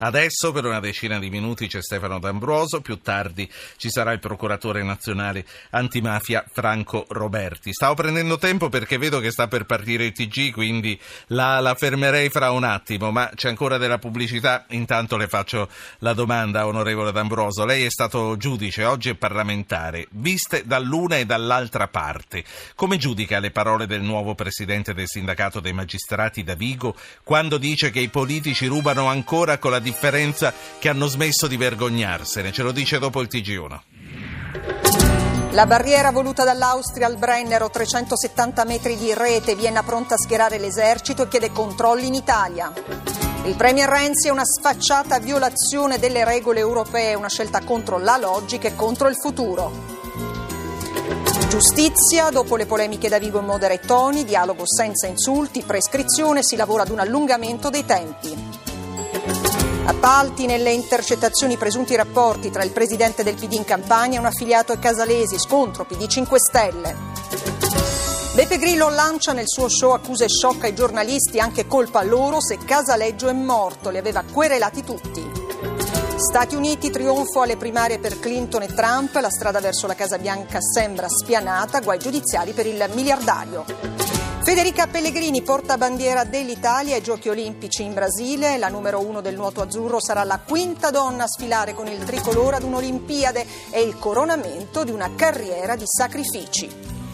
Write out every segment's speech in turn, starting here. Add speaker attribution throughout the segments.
Speaker 1: Adesso per una decina di minuti c'è Stefano D'Ambroso, più tardi ci sarà il procuratore nazionale antimafia Franco Roberti. Stavo prendendo tempo perché vedo che sta per partire il TG, quindi la fermerei fra un attimo, ma c'è ancora della pubblicità. Intanto le faccio la domanda, onorevole D'Ambroso. Lei è stato giudice, oggi è parlamentare, viste dall'una e dall'altra parte. Come giudica le parole del nuovo presidente del sindacato dei magistrati Davigo quando dice che i politici rubano ancora con la differenza che hanno smesso di vergognarsene? Ce lo dice dopo il TG1.
Speaker 2: La barriera voluta dall'Austria al Brennero, 370 metri di rete, Vienna pronta a schierare l'esercito e chiede controlli in Italia. Il premier Renzi è una sfacciata violazione delle regole europee, una scelta contro la logica e contro il futuro. Giustizia, dopo le polemiche Davigo in moderati toni, dialogo senza insulti, prescrizione, si lavora ad un allungamento dei tempi. Appalti nelle intercettazioni, presunti rapporti tra il presidente del PD in Campania e un affiliato ai Casalesi, scontro PD 5 Stelle. Beppe Grillo lancia nel suo show accuse shock ai giornalisti, anche colpa loro se Casaleggio è morto, li aveva querelati tutti. Stati Uniti, trionfo alle primarie per Clinton e Trump, la strada verso la Casa Bianca sembra spianata, guai giudiziari per il miliardario. Federica Pellegrini, portabandiera dell'Italia ai Giochi Olimpici in Brasile. La numero 1 del nuoto azzurro sarà la quinta donna a sfilare con il tricolore ad un'Olimpiade e il coronamento di una carriera di sacrifici.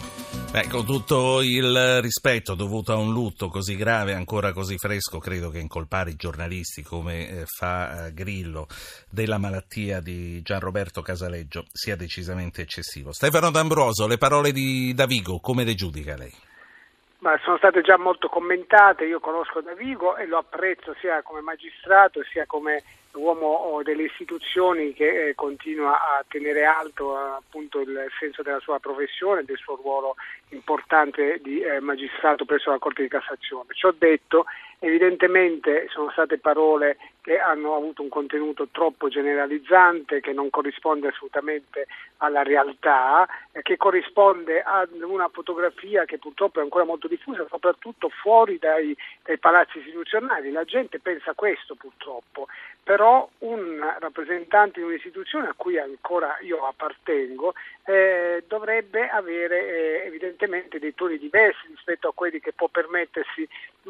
Speaker 1: Con tutto il rispetto dovuto a un lutto così grave, ancora così fresco, credo che incolpare i giornalisti come fa Grillo della malattia di Gianroberto Casaleggio sia decisamente eccessivo. Stefano D'Ambroso, le parole di Davigo, come le giudica lei?
Speaker 3: Ma sono state già molto commentate. Io conosco Davigo e lo apprezzo sia come magistrato sia come uomo delle istituzioni che continua a tenere alto appunto il senso della sua professione e del suo ruolo importante di magistrato presso la Corte di Cassazione. Ciò detto, evidentemente sono state parole che hanno avuto un contenuto troppo generalizzante, che non corrisponde assolutamente alla realtà, che corrisponde a una fotografia che purtroppo è ancora molto diffusa, soprattutto fuori dai palazzi istituzionali. La gente pensa questo purtroppo, però un rappresentante di un'istituzione a cui ancora io appartengo dovrebbe avere evidentemente dei toni diversi rispetto a quelli che può permettersi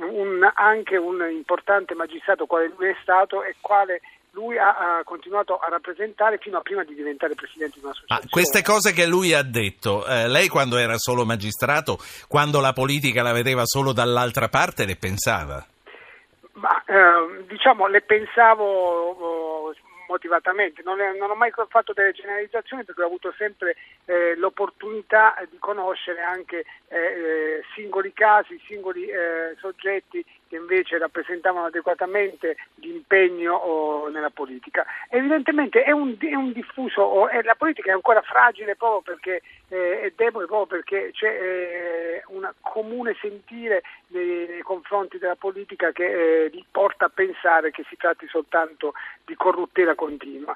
Speaker 3: anche un importante magistrato quale lui è stato e quale lui ha continuato a rappresentare fino a prima di diventare presidente di un'associazione.
Speaker 1: Queste cose che lui ha detto, lei quando era solo magistrato, quando la politica la vedeva solo dall'altra parte, le pensava?
Speaker 3: Ma le pensavo motivatamente, non ho mai fatto delle generalizzazioni perché ho avuto sempre l'opportunità di conoscere anche singoli casi, singoli soggetti che invece rappresentavano adeguatamente l'impegno nella politica. Evidentemente è un diffuso, la politica è ancora fragile proprio perché è debole, proprio perché c'è un comune sentire nei confronti della politica che porta a pensare che si tratti soltanto di corruttela continua.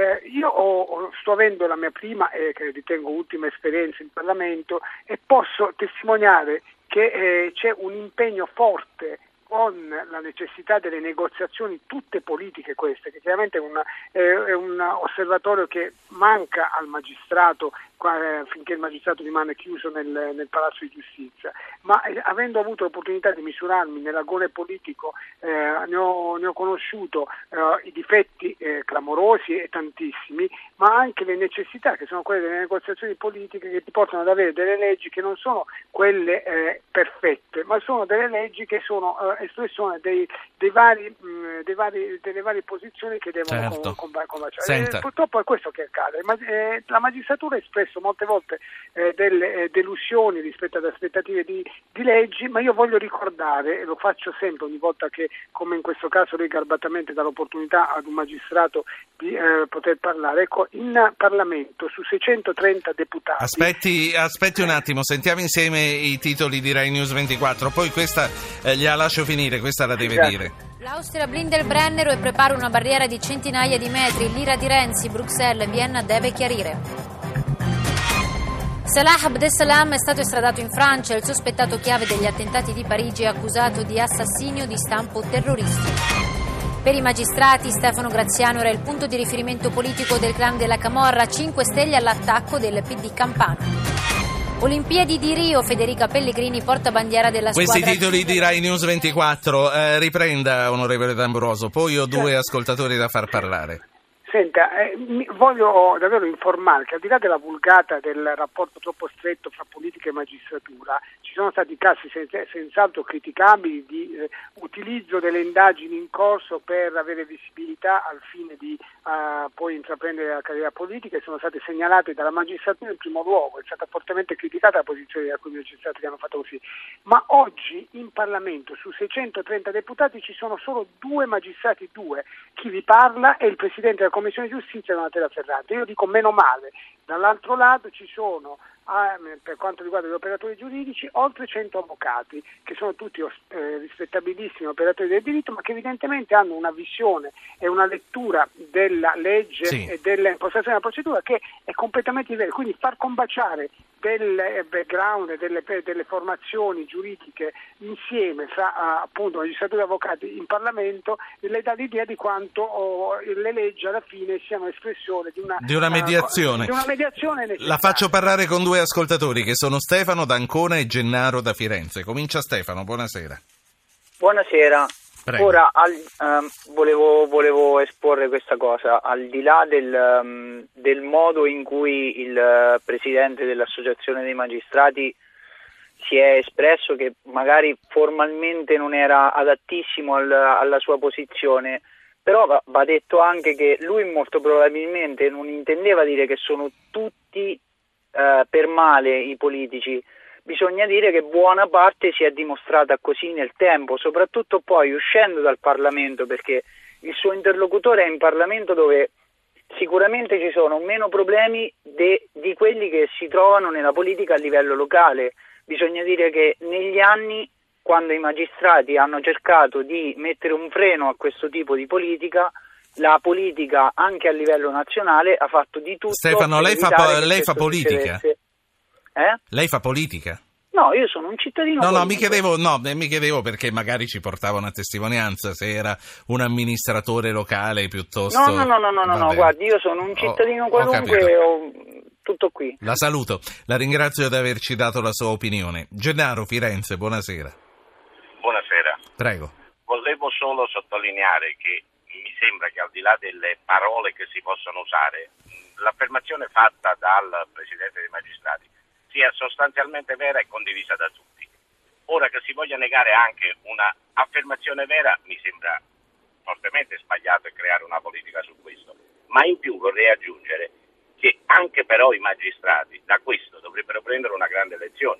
Speaker 3: Io sto avendo la mia prima e che ritengo ultima esperienza in Parlamento e posso testimoniare che c'è un impegno forte con la necessità delle negoziazioni tutte politiche queste, che chiaramente è un osservatorio che manca al magistrato finché il magistrato rimane chiuso nel Palazzo di Giustizia, ma avendo avuto l'opportunità di misurarmi nell'agone politico ne ho conosciuto i difetti clamorosi e tantissimi, ma anche le necessità che sono quelle delle negoziazioni politiche che ti portano ad avere delle leggi che non sono quelle perfette, ma sono delle leggi che sono espressione delle varie posizioni che devono combattere. Purtroppo è questo che accade. La magistratura ha espresso molte volte delle delusioni rispetto ad aspettative di leggi, ma io voglio ricordare, e lo faccio sempre ogni volta che, come in questo caso lei garbatamente dà l'opportunità ad un magistrato di poter parlare, ecco, in Parlamento su 630 deputati.
Speaker 1: Aspetti un attimo, sentiamo insieme i titoli di Rai News 24, poi questa gliela lascio finire, questa la deve dire.
Speaker 4: L'Austria blinda il Brennero e prepara una barriera di centinaia di metri. L'ira di Renzi, Bruxelles e Vienna deve chiarire. Salah Abdeslam è stato estradato in Francia. Il sospettato chiave degli attentati di Parigi è accusato di assassinio di stampo terroristico. Per i magistrati Stefano Graziano era il punto di riferimento politico del clan della Camorra, 5 Stelle all'attacco del PD Campana. Olimpiadi di Rio, Federica Pellegrini portabandiera della squadra.
Speaker 1: Questi titoli di Rai News 24, riprenda onorevole D'Ambroso, poi ho due ascoltatori da far parlare.
Speaker 3: Senta, voglio davvero informare che al di là della vulgata del rapporto troppo stretto fra politica e magistratura, ci sono stati casi senz'altro criticabili di utilizzo delle indagini in corso per avere visibilità al fine di poi intraprendere la carriera politica, e sono state segnalate dalla magistratura in primo luogo. È stata fortemente criticata la posizione di alcuni magistrati che hanno fatto così, ma oggi in Parlamento su 630 deputati ci sono solo 2 magistrati, chi vi parla è il Presidente della Commissione Giustizia, Donatella Ferrante. Io dico meno male. Dall'altro lato ci sono, per quanto riguarda gli operatori giuridici, oltre 100 avvocati, che sono tutti rispettabilissimi operatori del diritto, ma che evidentemente hanno una visione e una lettura della legge e dell'impostazione della procedura che è completamente diversa. Quindi far combaciare del background e delle formazioni giuridiche insieme fra appunto magistratura e avvocati in Parlamento le dà l'idea di quanto le leggi alla fine siano espressione di una mediazione. Necessaria.
Speaker 1: La faccio parlare con 2 ascoltatori che sono Stefano da Ancona e Gennaro da Firenze. Comincia Stefano, buonasera.
Speaker 5: Buonasera.
Speaker 1: Prego.
Speaker 5: Ora volevo esporre questa cosa, al di là del modo in cui il presidente dell'Associazione dei Magistrati si è espresso, che magari formalmente non era adattissimo alla sua posizione, però va detto anche che lui molto probabilmente non intendeva dire che sono tutti per male i politici. Bisogna dire che buona parte si è dimostrata così nel tempo, soprattutto poi uscendo dal Parlamento, perché il suo interlocutore è in Parlamento, dove sicuramente ci sono meno problemi di quelli che si trovano nella politica a livello locale. Bisogna dire che negli anni, quando i magistrati hanno cercato di mettere un freno a questo tipo di politica, la politica anche a livello nazionale ha fatto di tutto.
Speaker 1: Stefano, lei fa politica? Lei fa politica?
Speaker 5: No, io sono un cittadino.
Speaker 1: No, mi chiedevo perché magari ci portava una testimonianza, se era un amministratore locale piuttosto.
Speaker 5: No, guardi, io sono un cittadino qualunque, tutto qui.
Speaker 1: La saluto, la ringrazio di averci dato la sua opinione. Gennaro, Firenze, buonasera.
Speaker 6: Buonasera.
Speaker 1: Prego.
Speaker 6: Volevo solo sottolineare che mi sembra che al di là delle parole che si possono usare, l'affermazione fatta dal Presidente dei Magistrati sia sostanzialmente vera e condivisa da tutti. Ora, che si voglia negare anche una affermazione vera mi sembra fortemente sbagliato, e creare una politica su questo. Ma in più vorrei aggiungere che anche però i magistrati da questo dovrebbero prendere una grande lezione.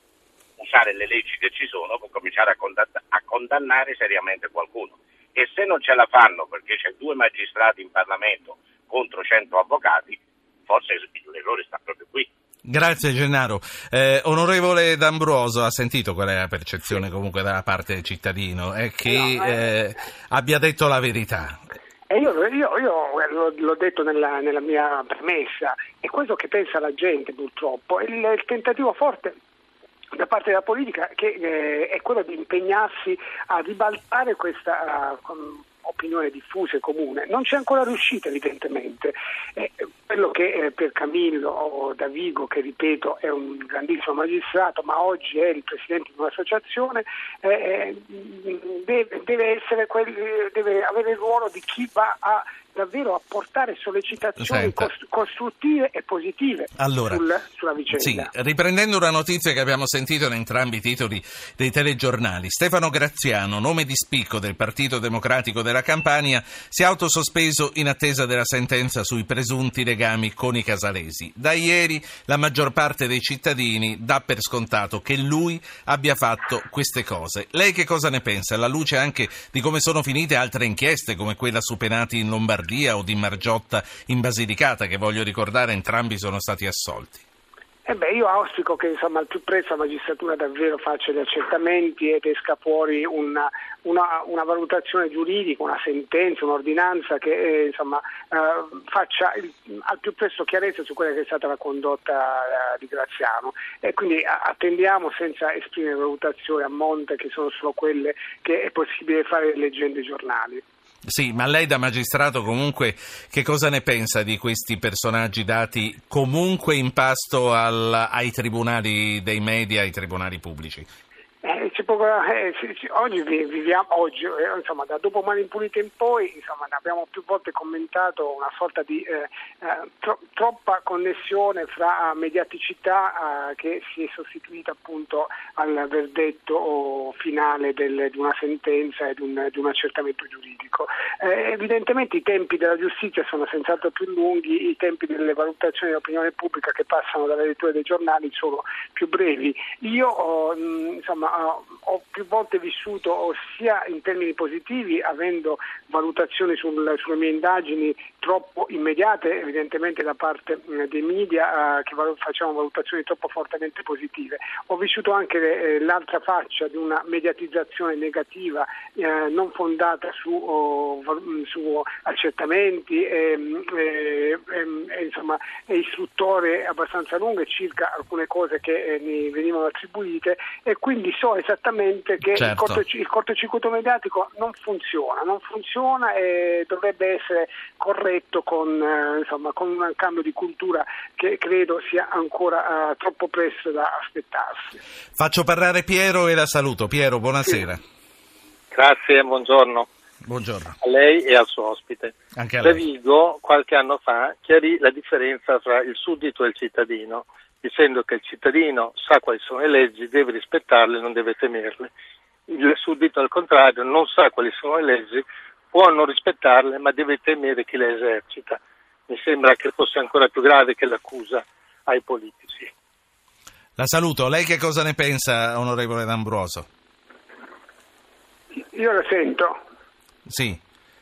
Speaker 6: Usare le leggi che ci sono per cominciare a condannare seriamente qualcuno. E se non ce la fanno perché c'è 2 magistrati in Parlamento contro 100 avvocati, forse l'errore sta proprio qui.
Speaker 1: Grazie Gennaro. Onorevole D'Ambroso, ha sentito qual è la percezione comunque da parte del cittadino? È che abbia detto la verità.
Speaker 3: Io l'ho detto nella mia premessa, è questo che pensa la gente purtroppo. Il tentativo forte da parte della politica è quello di impegnarsi a ribaltare questa opinione diffusa e comune. Non c'è ancora riuscita evidentemente. Quello che per Camillo Davigo, che ripeto è un grandissimo magistrato ma oggi è il presidente di un'associazione, deve avere il ruolo di chi va a davvero a portare sollecitazioni costruttive e positive sulla vicenda.
Speaker 1: Sì, riprendendo una notizia che abbiamo sentito in entrambi i titoli dei telegiornali, Stefano Graziano, nome di spicco del Partito Democratico della Campania, si è autosospeso in attesa della sentenza sui presunti legami con i casalesi. Da ieri la maggior parte dei cittadini dà per scontato che lui abbia fatto queste cose. Lei che cosa ne pensa, alla luce anche di come sono finite altre inchieste come quella su Penati in Lombardia o di Margiotta in Basilicata, che voglio ricordare entrambi sono stati assolti?
Speaker 3: Io auspico che al più presto la magistratura davvero faccia gli accertamenti ed esca fuori una valutazione giuridica, una sentenza, un'ordinanza che faccia al più presto chiarezza su quella che è stata la condotta di Graziano, e quindi attendiamo, senza esprimere valutazioni a monte che sono solo quelle che è possibile fare leggendo i giornali.
Speaker 1: Sì, ma lei da magistrato comunque che cosa ne pensa di questi personaggi dati comunque in pasto ai tribunali dei media, ai tribunali pubblici?
Speaker 3: Oggi viviamo, insomma, da Domani Pulite in poi, insomma, ne abbiamo più volte commentato una sorta di troppa connessione fra mediaticità che si è sostituita appunto al verdetto finale di una sentenza e di un accertamento giuridico. Evidentemente i tempi della giustizia sono senz'altro più lunghi, i tempi delle valutazioni dell'opinione pubblica che passano dalla lettura dei giornali sono più brevi. Io ho più volte vissuto sia in termini positivi, avendo valutazioni sulle mie indagini troppo immediate, evidentemente da parte dei media che facevano valutazioni troppo fortemente positive. Ho vissuto anche l'altra faccia di una mediatizzazione negativa non fondata su accertamenti e istruttorie abbastanza lunghe circa alcune cose che mi venivano attribuite, e quindi so esattamente che
Speaker 1: certo.
Speaker 3: il cortocircuito mediatico non funziona e dovrebbe essere corretto con un cambio di cultura che credo sia ancora troppo presto da aspettarsi.
Speaker 1: Faccio parlare Piero e la saluto. Piero, buonasera.
Speaker 3: Sì.
Speaker 7: Grazie, buongiorno.
Speaker 1: Buongiorno.
Speaker 7: A lei e al suo ospite.
Speaker 1: Anche a lei.
Speaker 7: Davigo qualche anno fa chiarì la differenza tra il suddito e il cittadino, dicendo che il cittadino sa quali sono le leggi, deve rispettarle, non deve temerle. Il suddito, al contrario, non sa quali sono le leggi, può non rispettarle, ma deve temere chi le esercita. Mi sembra che fosse ancora più grave che l'accusa ai politici.
Speaker 1: La saluto. Lei che cosa ne pensa, onorevole D'Ambroso?
Speaker 3: Io la sento.
Speaker 1: Sì.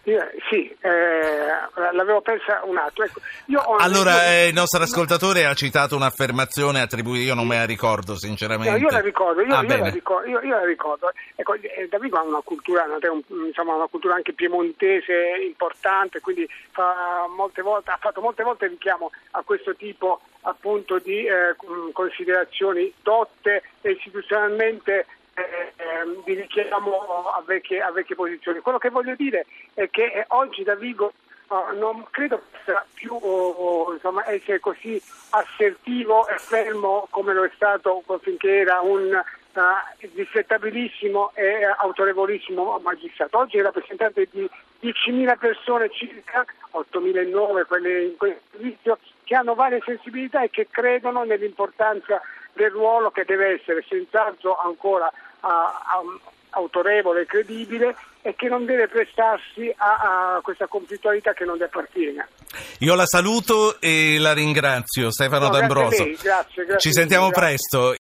Speaker 3: L'avevo persa un attimo. Ecco,
Speaker 1: il nostro ascoltatore ha citato un'affermazione attribuita, io non me la ricordo sinceramente.
Speaker 3: No, io la ricordo.
Speaker 1: Io
Speaker 3: la ricordo. Ecco, Davigo ha una cultura, una cultura anche piemontese importante, quindi ha fatto molte volte richiamo a questo tipo appunto di considerazioni dotte e istituzionalmente di richiamo a vecchie posizioni. Quello che voglio dire è che oggi Davigo non credo possa più essere così assertivo e fermo come lo è stato finché era un rispettabilissimo e autorevolissimo magistrato. Oggi è rappresentante di 10.000 persone circa, 8.009 quelle in questo servizio, che hanno varie sensibilità e che credono nell'importanza del ruolo, che deve essere senz'altro ancora autorevole e credibile, e che non deve prestarsi a questa conflittualità che non le appartiene.
Speaker 1: Io la saluto e la ringrazio, Stefano D'Ambroso.
Speaker 3: Grazie.
Speaker 1: Ci sentiamo presto.